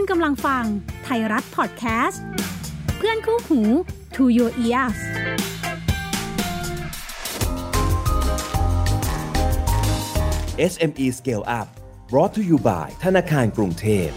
กำลังฟังไทยรัฐพอดแคสต์เพื่อนคู่หู To Your Ears SME Scale Up brought to you by ธนาคารกรุงเทพ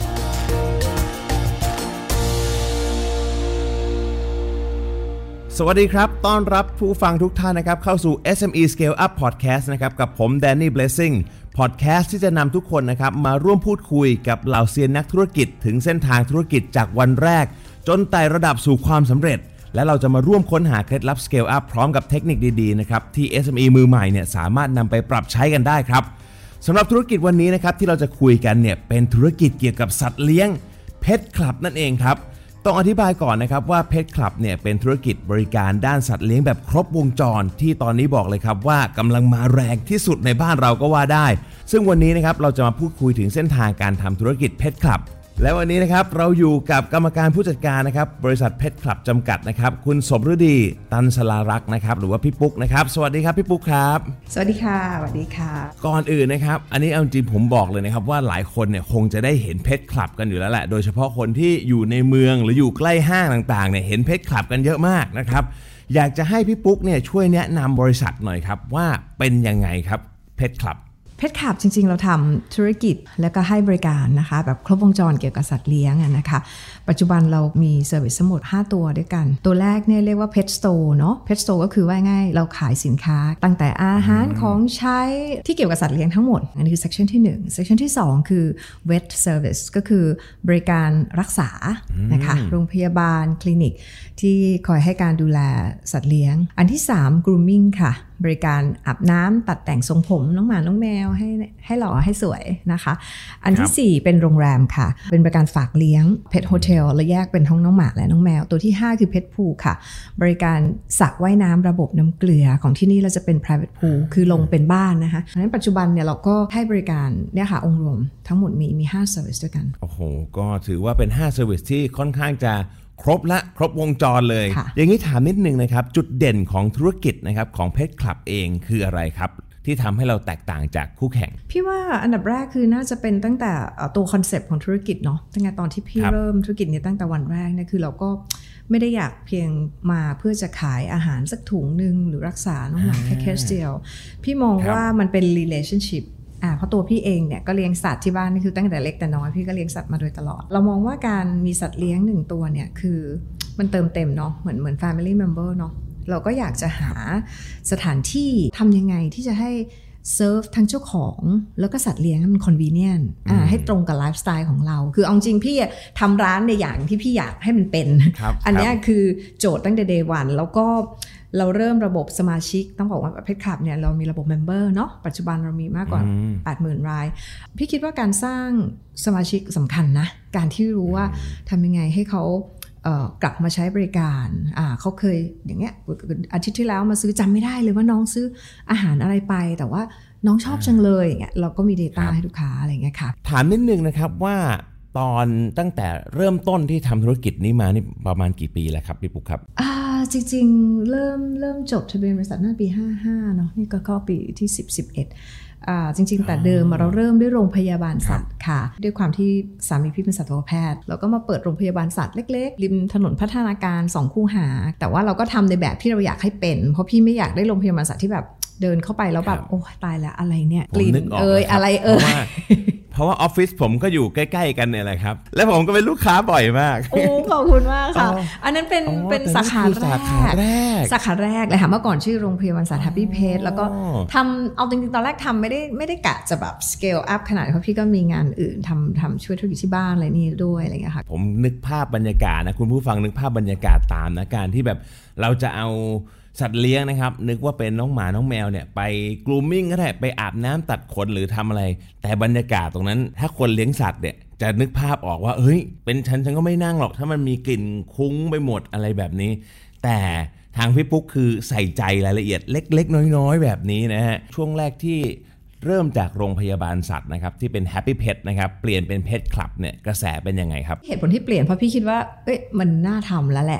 สวัสดีครับต้อนรับผู้ฟังทุกท่านนะครับเข้าสู่ SME Scale Up Podcast นะครับกับผม Danny Blessing Podcast ที่จะนำทุกคนนะครับมาร่วมพูดคุยกับเหล่าเซียนนักธุรกิจถึงเส้นทางธุรกิจจากวันแรกจนไต่ระดับสู่ความสำเร็จและเราจะมาร่วมค้นหาเคล็ดลับ Scale Up พร้อมกับเทคนิคดีๆนะครับที่ SME มือใหม่เนี่ยสามารถนำไปปรับใช้กันได้ครับสำหรับธุรกิจวันนี้นะครับที่เราจะคุยกันเนี่ยเป็นธุรกิจเกี่ยวกับสัตว์เลี้ยง Pet Club นั่นเองครับต้องอธิบายก่อนนะครับว่า Pet Club เนี่ยเป็นธุรกิจบริการด้านสัตว์เลี้ยงแบบครบวงจรที่ตอนนี้บอกเลยครับว่ากำลังมาแรงที่สุดในบ้านเราก็ว่าได้ซึ่งวันนี้นะครับเราจะมาพูดคุยถึงเส้นทางการทำธุรกิจ Pet Club และวันนี้นะครับเราอยู่กับกรรมการผู้จัดการนะครับบริษัท Pet Club จำกัดนะครับคุณสมฤดีตันสลารักษ์นะครับหรือว่าพี่ปุ๊กนะครับสวัสดีครับพี่ปุ๊กครับสวัสดีค่ะสวัสดีค่ะก่อนอื่นนะครับอันนี้เอาจริงผมบอกเลยนะครับว่าหลายคนเนี่ยคงจะได้เห็น Pet Club กันอยู่แล้วแหละโดยเฉพาะคนที่อยู่ในเมืองหรืออยู่ใกล้ห้างต่างๆเนี่ยเห็น Pet Club กันเยอะมากนะครับอยากจะให้พี่ปุ๊กเนี่ยช่วยแนะนำบริษัทหน่อยครับว่าเป็นยังไงครับ Pet Club Pet Club จริงๆเราทำธุรกิจแล้วก็ให้บริการนะคะแบบครบวงจรเกี่ยวกับสัตว์เลี้ยงนะคะปัจจุบันเรามีเซอร์วิสทั้งหมด5ตัวด้วยกันตัวแรกเนี่ยเรียกว่า Pet Store เนาะ Pet Store ก็คือว่าง่ายเราขายสินค้าตั้งแต่อาหารของใช้ที่เกี่ยวกับสัตว์เลี้ยงทั้งหมดอันนี้คือ section ที่1 section ที่2คือ Vet Service ก็คือบริการรักษานะคะโรงพยาบาลคลินิกที่คอยให้การดูแลสัตว์เลี้ยงอันที่3 Grooming ค่ะบริการอาบน้ำตัดแต่งทรงผมน้องหมาน้องแมวให้หล่อให้สวยนะคะอันที่4เป็นโรงแรมค่ะเป็นบริการฝากเลี้ยง Pet Hotel และแยกเป็นห้องน้องหมาและน้องแมวตัวที่5คือ Pet Pool ค่ะบริการสระว่ายน้ำระบบน้ำเกลือของที่นี่เราจะเป็น private pool คือลงเป็นบ้านนะคะดังนั้นปัจจุบันเนี่ยเราก็ให้บริการเนี่ยค่ะองค์รวมทั้งหมดมี5 service ด้วยกันโอ้โหก็ถือว่าเป็น5 service ที่ค่อนข้างจะครบและครบวงจรเลยอย่างนี้ถามนิดนึงนะครับจุดเด่นของธุรกิจนะครับของ Pet Club เองคืออะไรครับที่ทำให้เราแตกต่างจากคู่แข่งพี่ว่าอันดับแรกคือน่าจะเป็นตั้งแต่ตัวคอนเซปต์ของธุรกิจเนาะตั้งแต่ตอนที่พี่เริ่มธุรกิจนี้ตั้งแต่วันแรกเนี่ยคือเราก็ไม่ได้อยากเพียงมาเพื่อจะขายอาหารสักถุงนึงหรือรักษาน้องหมาแค่เคสเดียวพี่มองว่ามันเป็น relationshipเพราะตัวพี่เองเนี่ยก็เลี้ยงสัตว์ที่บ้านนี่คือตั้งแต่เล็กแต่น้อยพี่ก็เลี้ยงสัตว์มาโดยตลอดเรามองว่าการมีสัตว์เลี้ยง1ตัวเนี่ยคือมันเติมเต็มเนาะเหมือน family member เนาะเราก็อยากจะหาสถานที่ทำยังไงที่จะให้เซิร์ฟทั้งเจ้าของแล้วก็สัตว์เลี้ยงมัน convenient ให้ตรงกับไลฟ์สไตล์ของเราคือเอาจริงพี่ทำร้านในอย่างที่พี่อยากให้มันเป็นอันนี้คือโจทย์ตั้งแต่ day 1แล้วก็เราเริ่มระบบสมาชิกต้องบอกว่า Pet Club เนี่ยเรามีระบบ Member เนาะปัจจุบันเรามีมากกว่า 80,000 รายพี่คิดว่าการสร้างสมาชิกสำคัญนะการที่รู้ว่าทำยังไงให้เขากลับมาใช้บริการเขาเคยอย่างเงี้ยอาทิตย์ที่แล้วมาซื้อจำไม่ได้เลยว่าน้องซื้ออาหารอะไรไปแต่ว่าน้องชอบจังเลยอย่างเงี้ยเราก็มี data ให้ลูกค้าอะไรเงี้ยค่ะถามนิดนึงนะครับว่าตอนตั้งแต่เริ่มต้นที่ทำธุรกิจนี้มานี่ประมาณกี่ปีแล้วครับพี่ปุ๊กครับจริงๆเริ่มจดทะเบียนบริษัทน่าปี55เนาะนี่ก็ปีที่11จริงๆแต่เดิมเราเริ่มด้วยโรงพยาบาลสัตว์ค่ะด้วยความที่สามีพี่เป็นสัตวแพทย์เราก็มาเปิดโรงพยาบาลสัตว์เล็กๆริมถนนพัฒนาการ2คูหาแต่ว่าเราก็ทำในแบบที่เราอยากให้เป็นเพราะพี่ไม่อยากได้โรงพยาบาลสัตว์ที่แบบเดินเข้าไปแล้วแบบโอ้ตายแล้วอะไรเนี่ยกลิ่นอะไรเพราะว่าออฟฟิศผมก็อยู่ใกล้ๆกันเนี่ยแหละครับและผมก็เป็นลูกค้าบ่อยมากโอ้ขอบคุณมากค่ะอันนั้นเป็นสาขาแรกเลยค่ะเมื่อก่อนชื่อโรงพยาบาลสัตว์ Happy Pet แล้วก็ทำเอาจริงๆตอนแรกทำไม่ได้กะจะแบบ scale up ขนาดเพราะพี่ก็มีงานอื่นทำช่วยธุรกิจที่บ้านอะไรนี่ด้วยอะไรอย่างเงี้ยค่ะผมนึกภาพบรรยากาศนะคุณผู้ฟังนึกภาพบรรยากาศตามนะการที่แบบเราจะเอาสัตว์เลี้ยงนะครับนึกว่าเป็นน้องหมาน้องแมวเนี่ยไป grooming ก็ได้ไปอาบน้ำตัดขนหรือทำอะไรแต่บรรยากาศตรงนั้นถ้าคนเลี้ยงสัตว์เนี่ยจะนึกภาพออกว่าเฮ้ยเป็นฉันก็ไม่นั่งหรอกถ้ามันมีกลิ่นคุ้งไปหมดอะไรแบบนี้แต่ทางพี่ปุ๊กคือใส่ใจรายละเอียดเล็กๆน้อยๆแบบนี้นะฮะช่วงแรกที่เริ่มจากโรงพยาบาลสัตว์นะครับที่เป็น Happy Pet นะครับเปลี่ยนเป็น Pet Club เนี่ยกระแสเป็นยังไงครับเหตุผลที่เปลี่ยนเพราะพี่คิดว่ามันน่าทำแล้วแหละ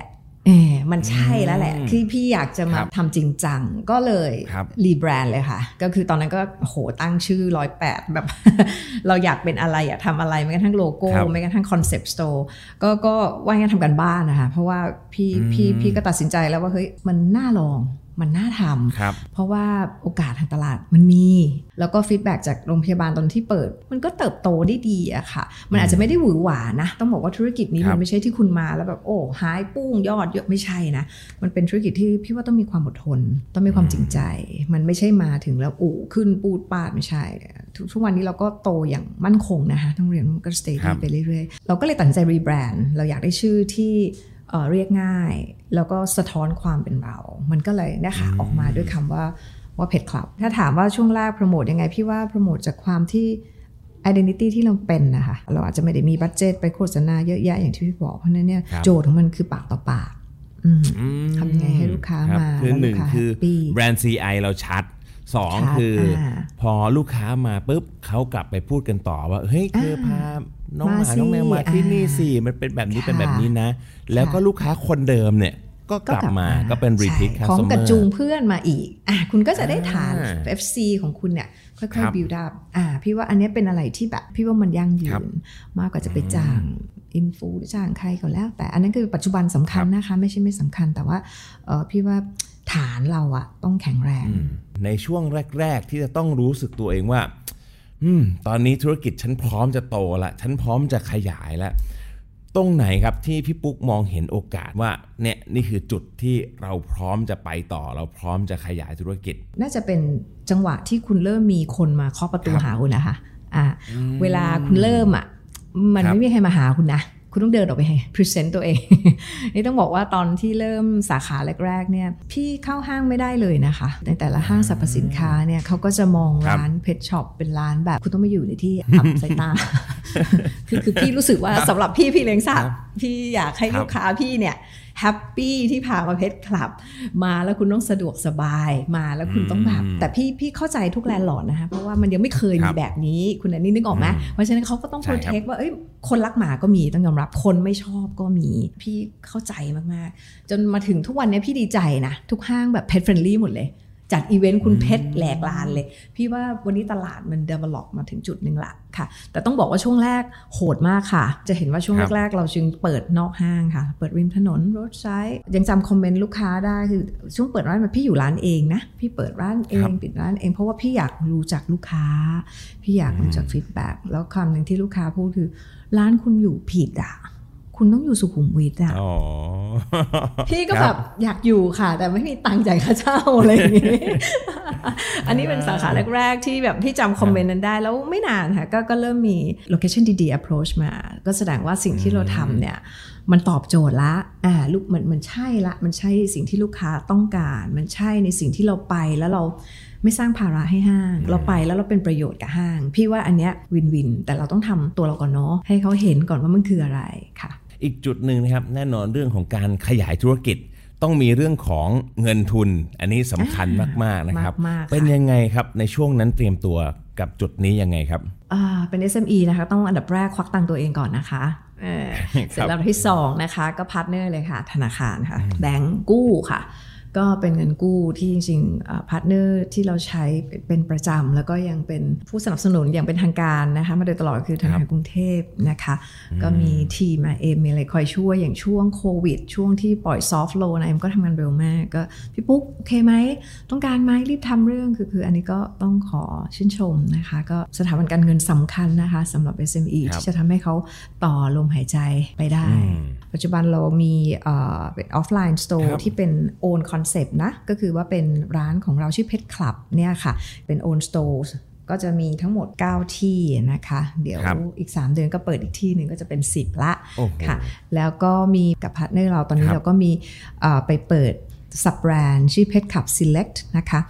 มันใช่แล้วแหละที่พี่อยากจะมาทำจริงจังก็เลยรีแบรนด์เลยค่ะก็คือตอนนั้นก็โหตั้งชื่อ108แบบ เราอยากเป็นอะไรอยากทำอะไรแม้กระทั่งโลโก้แม้กระทั่งคอนเซปต์สโตร์ก็ว่างั้นทำกันบ้านนะคะเพราะว่าพี่ก็ตัดสินใจแล้วว่าเฮ้ยมันน่าลองมันน่าทำเพราะว่าโอกาสทางตลาดมันมีแล้วก็ฟีดแบ็กจากโรงพยาบาลตอนที่เปิดมันก็เติบโตได้ดีอะค่ะมันอาจจะไม่ได้หวือหวานะต้องบอกว่าธุรกิจนี้มันไม่ใช่ที่คุณมาแล้วแบบโอ้หายปุ้งยอดเยอะไม่ใช่นะมันเป็นธุรกิจที่พี่ว่าต้องมีความอดทนต้องมีความจริงใจมันไม่ใช่มาถึงแล้วขึ้นปูดปาดไม่ใช่ทุกวันนี้เราก็โตอย่างมั่นคงนะคะต้องเรียนมันก็สเตดี้ไปเรื่อยๆเราก็เลยตัดสินใจรีแบรนด์เราอยากได้ชื่อที่เรียกง่ายแล้วก็สะท้อนความเป็นเรามันก็เลยนะคะออกมาด้วยคำว่าเพจคลับถ้าถามว่าช่วงแรกโปรโมทยังไงพี่ว่าโปรโมทจากความที่ identity ที่เราเป็นนะคะเราอาจจะไม่ได้มีบัดเจ็ตไปโฆษณาเยอะแยะอย่างที่พี่บอกเพราะนั้นเนี่ยโจทย์ของมันคือปากต่อปากทำยังไงให้ลูกค้ามาคือหนึ่งคือแบรนด์ CI เราชัด2คือพอลูกค้ามาปุ๊บเขากลับไปพูดกันต่อว่าเฮ้ยเธอพาน้องหมาน้องแมวมาที่นี่สิมันเป็นแบบนี้เป็นแบบนี้นะแล้วก็ลูกค้าคนเดิมเนี่ยก็กลับมาก็เป็น repeat customer ของกระจูงเพื่อนมาอีกคุณก็จะได้ฐาน FC ของคุณเนี่ยค่อยๆ build up พี่ว่าอันนี้เป็นอะไรที่แบบพี่ว่ามันยั่งยืนมากกว่าจะไปจ้างอินฟูจ้างใครก็แล้วแต่อันนั้นคือปัจจุบันสำคัญนะคะไม่ใช่ไม่สำคัญแต่ว่าพี่ว่าฐานเราอะต้องแข็งแรงในช่วงแรกๆที่จะต้องรู้สึกตัวเองว่าตอนนี้ธุรกิจฉันพร้อมจะโตละฉันพร้อมจะขยายแล้วตรงไหนครับที่พี่ปุ๊กมองเห็นโอกาสว่าเนี่ยนี่คือจุดที่เราพร้อมจะไปต่อเราพร้อมจะขยายธุรกิจน่าจะเป็นจังหวะที่คุณเริ่มมีคนมาเคาะประตูหาคุณนะคะเวลาคุณเริ่มมันไม่มีใครมาหาคุณนะคุณต้องเดินออกไปให้พรีเซนต์ตัวเอง นี่ต้องบอกว่าตอนที่เริ่มสาขาแรกๆเนี่ยพี่เข้าห้างไม่ได้เลยนะคะในแต่ละห้างสรรพสินค้าเนี่ยเขาก็จะมองร้านเพชช็อปเป็นร้านแบบคุณต้องมาอยู่ในที่อับสายตา คือพี่รู้สึกว่าสำหรับพี่เลี้ยงสัตว์พี่อยากให้ลูกค้าพี่เนี่ยแฮปปี้ที่พามาเพชรคลับมาแล้วคุณต้องสะดวกสบายมาแล้วคุณต้องแบบแต่พี่เข้าใจทุกแลนด์ลอร์ดนะคะเพราะว่ามันยังไม่เคยมีแบบนี้คุณอันนี้นึกออกไหมเพราะฉะนั้นเขาก็ต้องโปรเทคว่าคนรักหมาก็มีต้องยอมรับคนไม่ชอบก็มีพี่เข้าใจมากๆจนมาถึงทุกวันนี้พี่ดีใจนะทุกห้างแบบเพจเฟรนลี่หมดเลยจัดอีเวนต์คุณเพชรแหลกลานเลยพี่ว่าวันนี้ตลาดมัน develop มาถึงจุดหนึ่งละค่ะแต่ต้องบอกว่าช่วงแรกโหดมากค่ะจะเห็นว่าช่วงแรกๆเราจึงเปิดนอกห้างค่ะเปิดริมถนนรถไซด์ยังจำคอมเมนต์ลูกค้าได้คือช่วงเปิดร้านมาพี่อยู่ร้านเองนะพี่เปิดร้านเองปิดร้านเองเพราะว่าพี่อยากรู้จักลูกค้าพี่อยากรู้จักฟีดแบ็กแล้วคำหนึ่งที่ลูกค้าพูดคือร้านคุณอยู่ผิดคุณต้องอยู่สุขุมวิทพี่ก็แบบอยากอยู่ค่ะแต่ไม่มีตังค์จ่ายค่าเช่าอะไรอย่างงี้ อันนี้เป็นสาขาแรกๆที่แบบพี่จำคอมเมนต์นั้นได้แล้วไม่นานค่ะก็เริ่มมีโลเคชั่นดีๆ approach มาก็แสดงว่าสิ่งที่เราทำเนี่ยมันตอบโจทย์ละลูกมันใช่ละมันใช่สิ่งที่ลูกค้าต้องการมันใช่ในสิ่งที่เราไปแล้วเราไม่สร้างภาระให้ห้างเราไปแล้วเราเป็นประโยชน์กับห้างพี่ว่าอันเนี้ยวินวินแต่เราต้องทำตัวเราก่อนเนาะให้เขาเห็นก่อนว่ามันคืออะไรค่ะอีกจุดหนึ่งนะครับแน่นอนเรื่องของการขยายธุรกิจต้องมีเรื่องของเงินทุนอันนี้สำคัญมากๆนะครับเป็นยังไงครับในช่วงนั้นเตรียมตัวกับจุดนี้ยังไงครับเป็น SME นะคะต้องอันดับแรกควักตังค์ตัวเองก่อนนะคะเสร็จแล้วที่2นะคะก็พาร์ทเนอร์เลยค่ะธนาคารค่ะแบงก์กู้ค่ะก็เป็นเงินกู้ที่จริงๆพาร์ทเนอร์ที่เราใช้เป็นประจำแล้วก็ยังเป็นผู้สนับสนุนอย่างเป็นทางการนะคะมาโดยตลอดคือธนาคารกรุงเทพนะคะก็มีทีมมีอะไรคอยช่วยอย่างช่วงโควิดช่วงที่ปล่อยซอฟต์โลนะก็ทำงานเร็วมากก็พี่ปุ๊กโอเคไหมต้องการไหมรีบทำเรื่องคืออันนี้ก็ต้องขอชื่นชมนะคะก็สถาบันการเงินสำคัญนะคะสำหรับ SME ที่จะทำให้เขาต่อลมหายใจไปได้ปัจจุบันเรามีเป็นออฟไลน์สโตร์ที่เป็น own concept นะก็คือว่าเป็นร้านของเราชื่อเพชรคลับเนี่ยค่ะเป็น own stores ก็จะมีทั้งหมด9ที่นะคะเดี๋ยวอีก3เดือนก็เปิดอีกที่หนึ่งก็จะเป็น10ละค่ะแล้วก็มีกับพาร์ทเนอร์เราตอนนี้เราก็มีไปเปิดซับแบรนด์ชื่อเพชรคลับ Select นะคะ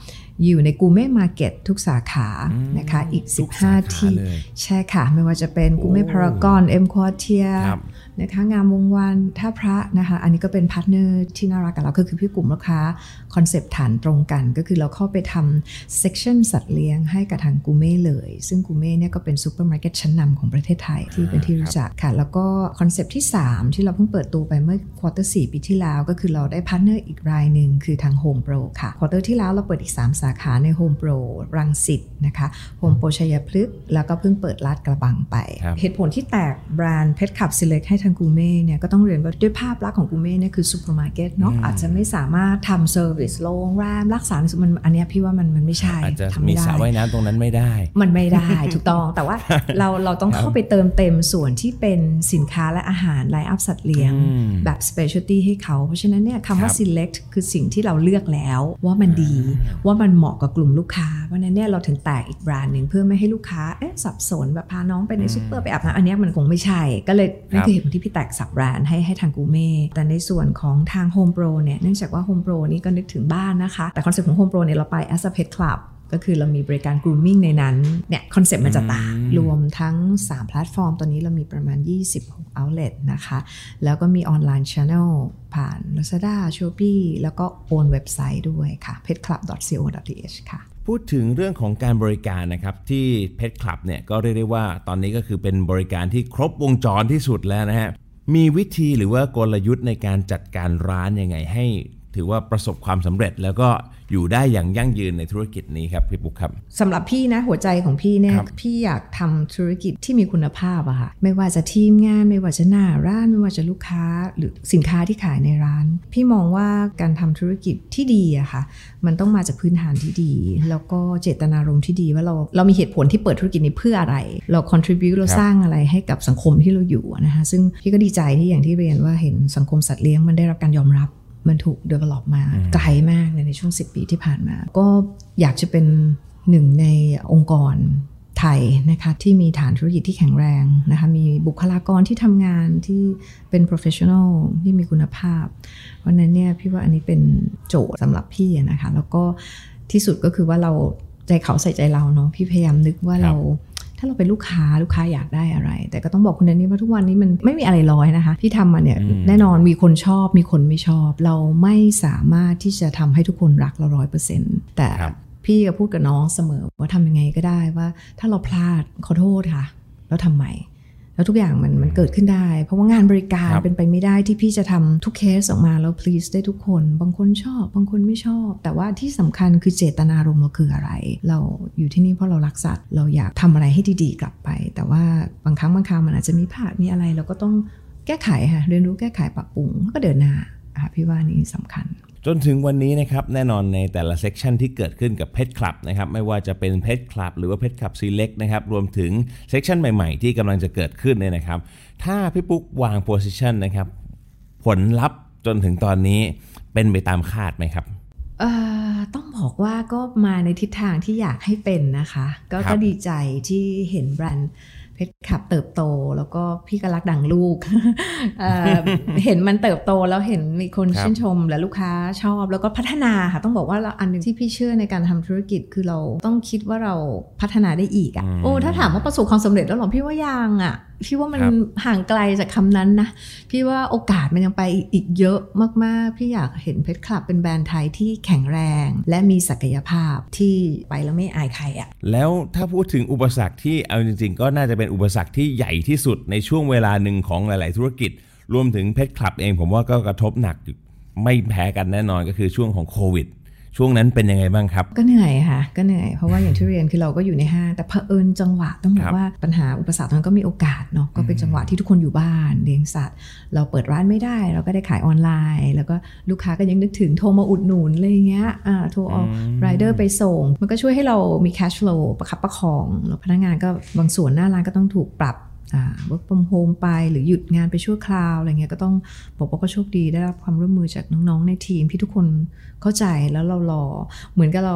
อยู่ในกูเม่มาร์เก็ตทุกสาขานะคะอีก15ที่ใช่ค่ะไม่ว่าจะเป็นกูเม่พารากอนเอ็มควอเทียนะคะงามวงวานท่าพระนะคะอันนี้ก็เป็นพาร์ทเนอร์ที่น่ารักกับเราก็คือพี่กลุ่มลูกค้าคอนเซปต์ฐานตรงกันก็คือเราเข้าไปทำเซกชันสัตว์เลี้ยงให้กับทางกูเม่เลยซึ่งกูเม่เนี่ยก็เป็นซูเปอร์มาร์เก็ตชั้นนำของประเทศไทยที่เป็นที่รู้จักค่ะแล้วก็คอนเซปต์ที่3ที่เราเพิ่งเปิดตัวไปเมื่อควอเตอร์4ปีที่แล้วก็คือเราได้พาร์ทเนอร์อีกรายหนึ่งคือทาง Home Pro ค่ะควอเตอร์ที่แล้วเราเปิดอีก3สาขาใน Home Pro รังสิตนะคะ Home Pro ชัยพฤกษ์แล้วก็เพิ่งเปิดลาดกระบังไปเหตุผลที่แตกแบรนด์ Pet Club Select ให้ทางกูเม่เนี่ยก็ต้องเรียนว่าด้วยภาพลักษณ์ของกูเม่เนี่ยคือซูเปอร์มาร์เก็ตเนาะอาจจะไม่สามารถทำเซอร์วิสโรงแรมรักษามันอันนี้พี่ว่ามันไม่ใช่อาจจะมีสระว่ายน้ำตรงนั้นไม่ได้มันไม่ได้ ถูกต้องแต่ว่าเราต้องเข้าไปเติมเต็มส่วนที่เป็นสินค้าและอาหารไลน์อัพสัตว์เลี้ยงแบบ specialty ให้เขาเพราะฉะนั้นเนี่ยคำว่า select คือสิ่งที่เราเลือกแล้วว่ามันดีว่ามันเหมาะกับกลุ่มลูกค้าเพราะนั้นเนี่ยเราถึงแตกอีกแบรนด์หนึ่งเพื่อไม่ให้ลูกค้าสับสนแบบพาน้องไปในซุปเปอร์ไปอาบน้ำอันนี้มันคงไม่ใช่ก็เลยนั่นคือเหตุผลที่พี่แตกสับแบรนด์ให้ทางกูเม่แต่ในส่วนของทาง Home Pro เนี่ยเนื่องจากว่า Home Pro นี่ก็นึกถึงบ้านนะคะแต่คอนเซ็ปต์ของ Home Pro เนี่ยเราไป as a pet clubก็คือเรามีบริการ grooming ในนั้นเนี่ยคอนเซ็ปต์มันจะต่างรวมทั้ง3แพลตฟอร์มตอนนี้เรามีประมาณ26 outlet นะคะแล้วก็มีออนไลน์ channel ผ่าน Lazada Shopee แล้วก็โอนเว็บไซต์ด้วยค่ะ petclub.co.th ค่ะพูดถึงเรื่องของการบริการนะครับที่ Pet Club เนี่ยก็เรียกได้ว่าตอนนี้ก็คือเป็นบริการที่ครบวงจรที่สุดแล้วนะฮะมีวิธีหรือว่ากลยุทธ์ในการจัดการร้านยังไงให้ถือว่าประสบความสำเร็จแล้วก็อยู่ได้อย่างยั่งยืนในธุรกิจนี้ครับพี่ปุ๊กครับสำหรับพี่นะหัวใจของพี่เนี่ยพี่อยากทำธุรกิจที่มีคุณภาพอะค่ะไม่ว่าจะทีมงานไม่ว่าจะหน้าร้านไม่ว่าจะลูกค้าหรือสินค้าที่ขายในร้านพี่มองว่าการทำธุรกิจที่ดีอะค่ะมันต้องมาจากพื้นฐานที่ดีแล้วก็เจตนารมณ์ที่ดีว่าเรามีเหตุผลที่เปิดธุรกิจนี้เพื่ออะไรเรา contribute เราสร้างอะไรให้กับสังคมที่เราอยู่นะคะซึ่งพี่ก็ดีใจที่อย่างที่เรียนว่าเห็นสังคมสัตว์เลี้ยงมันได้รับการยอมรับมันถูก develop มาไกลมากในช่วง10 ปีที่ผ่านมาก็อยากจะเป็นหนึ่งในองค์กรไทยนะคะที่มีฐานธุรกิจที่แข็งแรงนะคะมีบุคลากรที่ทำงานที่เป็น professional ที่มีคุณภาพเพราะนั้นเนี่ยพี่ว่าอันนี้เป็นโจทย์สำหรับพี่นะคะแล้วก็ที่สุดก็คือว่าเราใจเขาใส่ใจเราเนาะพี่พยายามนึกว่าถ้าเราเป็นลูกค้าอยากได้อะไรแต่ก็ต้องบอกคุณแดนนี่ว่าทุกวันนี้มันไม่มีอะไรร้อยนะคะที่ทำมาเนี่ยแน่นอนมีคนชอบมีคนไม่ชอบเราไม่สามารถที่จะทำให้ทุกคนรักเรา 100% แต่พี่ก็พูดกับน้องเสมอว่าทำยังไงก็ได้ว่าถ้าเราพลาดขอโทษค่ะแล้วทำใหม่แล้วทุกอย่างมันเกิดขึ้นได้เพราะว่างานบริการเป็นไปไม่ได้ที่พี่จะทำทุกเคสออกมาแล้ว please ได้ทุกคนบางคนชอบบางคนไม่ชอบแต่ว่าที่สำคัญคือเจตนารมณ์เราคืออะไรเราอยู่ที่นี่เพราะเรารักสัตว์เราอยากทำอะไรให้ดีๆกลับไปแต่ว่าบางครั้งบางคราวมันอาจจะมีพลาดมีอะไรเราก็ต้องแก้ไขค่ะเรียนรู้แก้ไขปรับปรุงก็เดินหน้าพี่ว่านี่สำคัญจนถึงวันนี้นะครับแน่นอนในแต่ละเซกชันที่เกิดขึ้นกับ Pet Club นะครับไม่ว่าจะเป็น Pet Club หรือว่า Pet Club Select นะครับรวมถึงเซกชันใหม่ๆที่กำลังจะเกิดขึ้นเนี่ยนะครับถ้าพี่ปุ๊กวาง position นะครับผลลัพธ์จนถึงตอนนี้เป็นไปตามคาดไหมครับต้องบอกว่าก็มาในทิศทางที่อยากให้เป็นนะคะก็ดีใจที่เห็นแบรนด์Pet Club เติบโตแล้วก็พี่ก็รักดังลูก เห็นมันเติบโตแล้วเห็นมีคนชื่นชมและลูกค้าชอบแล้วก็พัฒนาค่ะต้องบอกว่าอันนึงที่พี่เชื่อในการทำธุรกิจคือเราต้องคิดว่าเราพัฒนาได้อีกถ้าถามว่าประสบความสำเร็จแล้วหรอพี่ว่ายังพี่ว่ามันห่างไกลจากคำนั้นนะพี่ว่าโอกาสมันยังไปอีกเยอะมากๆพี่อยากเห็น Pet Club เป็นแบรนด์ไทยที่แข็งแรงและมีศักยภาพที่ไปแล้วไม่อายใครแล้วถ้าพูดถึงอุปสรรคที่เอาจริงๆก็น่าจะเป็นอุปสรรคที่ใหญ่ที่สุดในช่วงเวลาหนึ่งของหลายๆธุรกิจรวมถึง Pet Club เองผมว่าก็กระทบหนักไม่แพ้กันแน่นอนก็คือช่วงของโควิดช่วงนั้นเป็นยังไงบ้างครับก็เหนื่อยค่ะก็เหนื่อยเพราะว่าอย่างที่เรียนคือเราก็อยู่ในห้างแต่เผอิญจังหวะต้องบอกว่าปัญหาอุปสรรคนั้นก็มีโอกาสเนาะก็เป็นจังหวะที่ทุกคนอยู่บ้านเลี้ยงสัตว์เราเปิดร้านไม่ได้เราก็ได้ขายออนไลน์แล้วก็ลูกค้าก็ยังนึกถึงโทรมาอุดหนุนอะไรเงี้ยโทรเอาไรเดอร์ไปส่งมันก็ช่วยให้เรามี cash flow ประคับประคองแล้วพนักงานก็บางส่วนหน้าร้านก็ต้องถูกปรับwork from home ไปหรือหยุดงานไปชั่วคราวอะไรเงี้ยก็ต้องบอกว่าก็โชคดีได้รับความร่วมมือจากน้องๆในทีมที่ทุกคนเข้าใจแล้วเรารอเหมือนกับเรา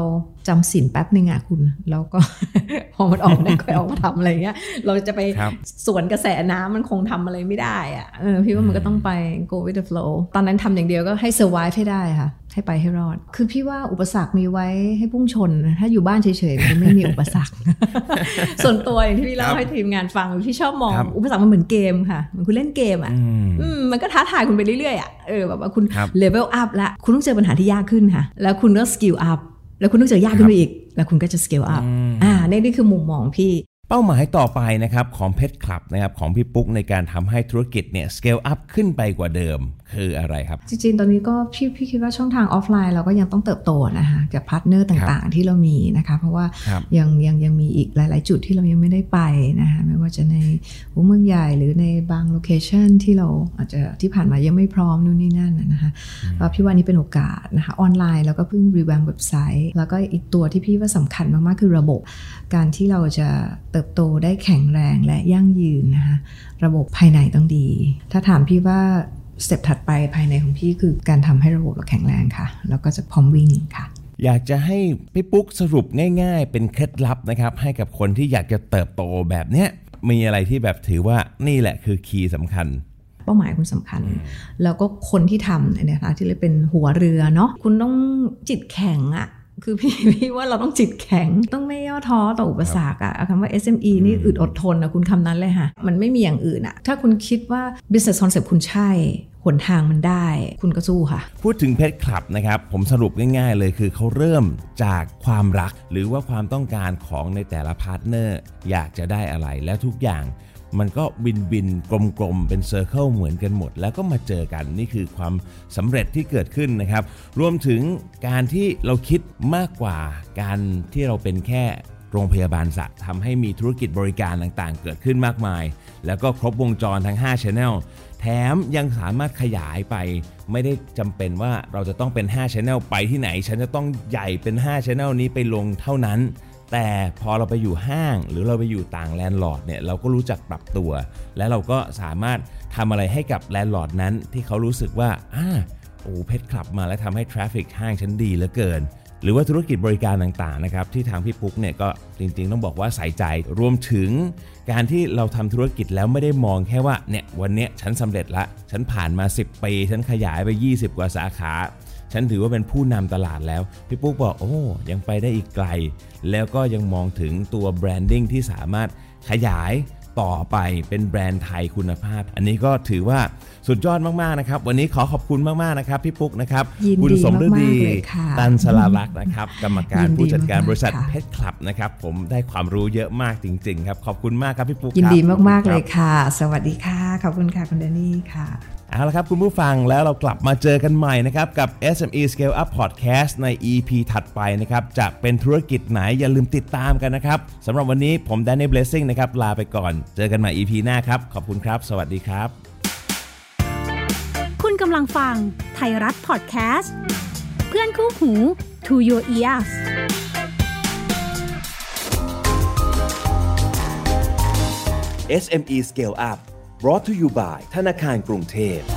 จำศีลแป๊บนึงอ่ะคุณแล้วก็ พอมันออกได้ค่อยออกมาทำอะไรเงี้ยเราจะไปสวนกระแสน้ำมันคงทำอะไรไม่ได้อ่ะพี่ว่ามันก็ต้องไป go with the flow ตอนนั้นทำอย่างเดียวก็ให้ survive ให้ได้ค่ะให้ไปให้รอดคือพี่ว่าอุปสรรคมีไว้ให้พุ่งชนถ้าอยู่บ้านเฉยๆมันไม่มีอุปสรรค ส่วนตัวอย่างที่พี่เล่าให้ทีมงานฟังพี่ชอบมองอุปสรรคมันเหมือนเกมค่ะเหมือนคุณเล่นเกมอ่ะมันก็ท้าทายคุณไปเรื่อยๆอ่ะแบบว่าคุณ level up ละคุณต้องเจอปัญหาที่ยากขึ้นค่ะแล้วคุณก็ skill up แล้วคุณต้องเจอยากขึ้นไปอีกแล้วคุณก็จะ skill up นี่คือมุมมองพี่เป้าหมายต่อไปนะครับของเพชรคลับนะครับของพี่ปุ๊กในการทำให้ธุรกิจเนี่ย scale up ขึ้นไปกว่าเดิมคืออะไรครับจริงๆตอนนี้ก็พี่คิดว่าช่องทางออฟไลน์เราก็ยังต้องเติบโตนะคะกับพาร์ทเนอร์ต่างๆที่เรามีนะคะเพราะว่ายังมีอีกหลายๆจุดที่เรายังไม่ได้ไปนะคะไม่ว่าจะในหัวเมืองใหญ่หรือในบางโลเคชันที่เราอาจจะที่ผ่านมายังไม่พร้อมนู่นนี่นั่นนะคะพี่ว่านี่เป็นโอกาสนะคะออนไลน์แล้วก็เพิ่งรีแวมเว็บไซต์แล้วก็อีกตัวที่พี่ว่าสำคัญมากๆคือระบบการที่เราจะเติบโตได้แข็งแรงและยั่งยืนนะคะระบบภายในต้องดีถ้าถามพี่ว่าสเต็ปถัดไปภายในของพี่คือการทำให้ระบบเราแข็งแรงค่ะแล้วก็จะพร้อมวิ่งค่ะอยากจะให้พี่ปุ๊กสรุปง่ายๆเป็นเคล็ดลับนะครับให้กับคนที่อยากจะเติบโตแบบเนี้ยมีอะไรที่แบบถือว่านี่แหละคือคีย์สำคัญเป้าหมายคุณสำคัญแล้วก็คนที่ทำเนี่ยนะคะที่เรียกเป็นหัวเรือเนาะคุณต้องจิตแข็งอะคือพี่ว่าเราต้องจิตแข็งต้องไม่ย่อท้อต่ออุปสรรคอะคำว่า SME นี่อึดอดทนนะคุณคำนั้นเลยค่ะมันไม่มีอย่างอื่นอะถ้าคุณคิดว่า business concept คุณใช่หนทางมันได้คุณก็สู้ค่ะพูดถึงเพชรคลับนะครับผมสรุปง่ายๆเลยคือเขาเริ่มจากความรักหรือว่าความต้องการของในแต่ละพาร์ทเนอร์อยากจะได้อะไรแล้วทุกอย่างมันก็วินกลมๆเป็นเซอร์เคิลเหมือนกันหมดแล้วก็มาเจอกันนี่คือความสำเร็จที่เกิดขึ้นนะครับรวมถึงการที่เราคิดมากกว่าการที่เราเป็นแค่โรงพยาบาลสัตว์ทำให้มีธุรกิจบริการต่างๆเกิดขึ้นมากมายแล้วก็ครบวงจรทั้ง5 Channel แถมยังสามารถขยายไปไม่ได้จำเป็นว่าเราจะต้องเป็น5 Channel ไปที่ไหนฉันจะต้องใหญ่เป็น5 Channel นี้ไปลงเท่านั้นแต่พอเราไปอยู่ห้างหรือเราไปอยู่ต่างแลนด์ลอร์ดเนี่ยเราก็รู้จักปรับตัวและเราก็สามารถทำอะไรให้กับแลนด์ลอร์ดนั้นที่เขารู้สึกว่าเพชรคลับมาแล้วทำให้ทราฟฟิกห้างฉันดีเหลือเกินหรือว่าธุรกิจบริการต่างๆนะครับที่ทางพี่ปุ๊กเนี่ยก็จริงๆต้องบอกว่าใส่ใจรวมถึงการที่เราทำธุรกิจแล้วไม่ได้มองแค่ว่าเนี่ยวันนี้ฉันสำเร็จละฉันผ่านมา10 ปีฉันขยายไป20 กว่าสาขาฉันถือว่าเป็นผู้นำตลาดแล้วพี่ปุ๊กบอกยังไปได้อีกไกลแล้วก็ยังมองถึงตัวแบรนดิ้งที่สามารถขยายต่อไปเป็นแบรนด์ไทยคุณภาพอันนี้ก็ถือว่าสุดยอดมากๆนะครับวันนี้ขอขอบคุณมากๆนะครับพี่ปุ๊กนะครับคุณสมฤดีตันสลาลักษณ์นะครับกรรมการผู้จัดการบริษัทเพชรคลับนะครับผมได้ความรู้เยอะมากจริงๆครับขอบคุณมากครับพี่ปุ๊กยินดีมากๆเลยค่ะสวัสดีค่ะขอบคุณค่ะคุณแดนนี่ค่ะเอาละครับคุณผู้ฟังแล้วเรากลับมาเจอกันใหม่นะครับกับ SME Scale Up Podcast ใน EP ถัดไปนะครับจะเป็นธุรกิจไหนอย่าลืมติดตามกันนะครับสำหรับวันนี้ผมแดนนี่ Blessing นะครับลาไปก่อนเจอกันใหม่ EP หน้าครับขอบคุณครับสวัสดีครับคุณกำลังฟังไทยรัฐ Podcast เพื่อนคู่หู To Your Ears SME Scale Up brought to you by ธนาคารกรุงเทพ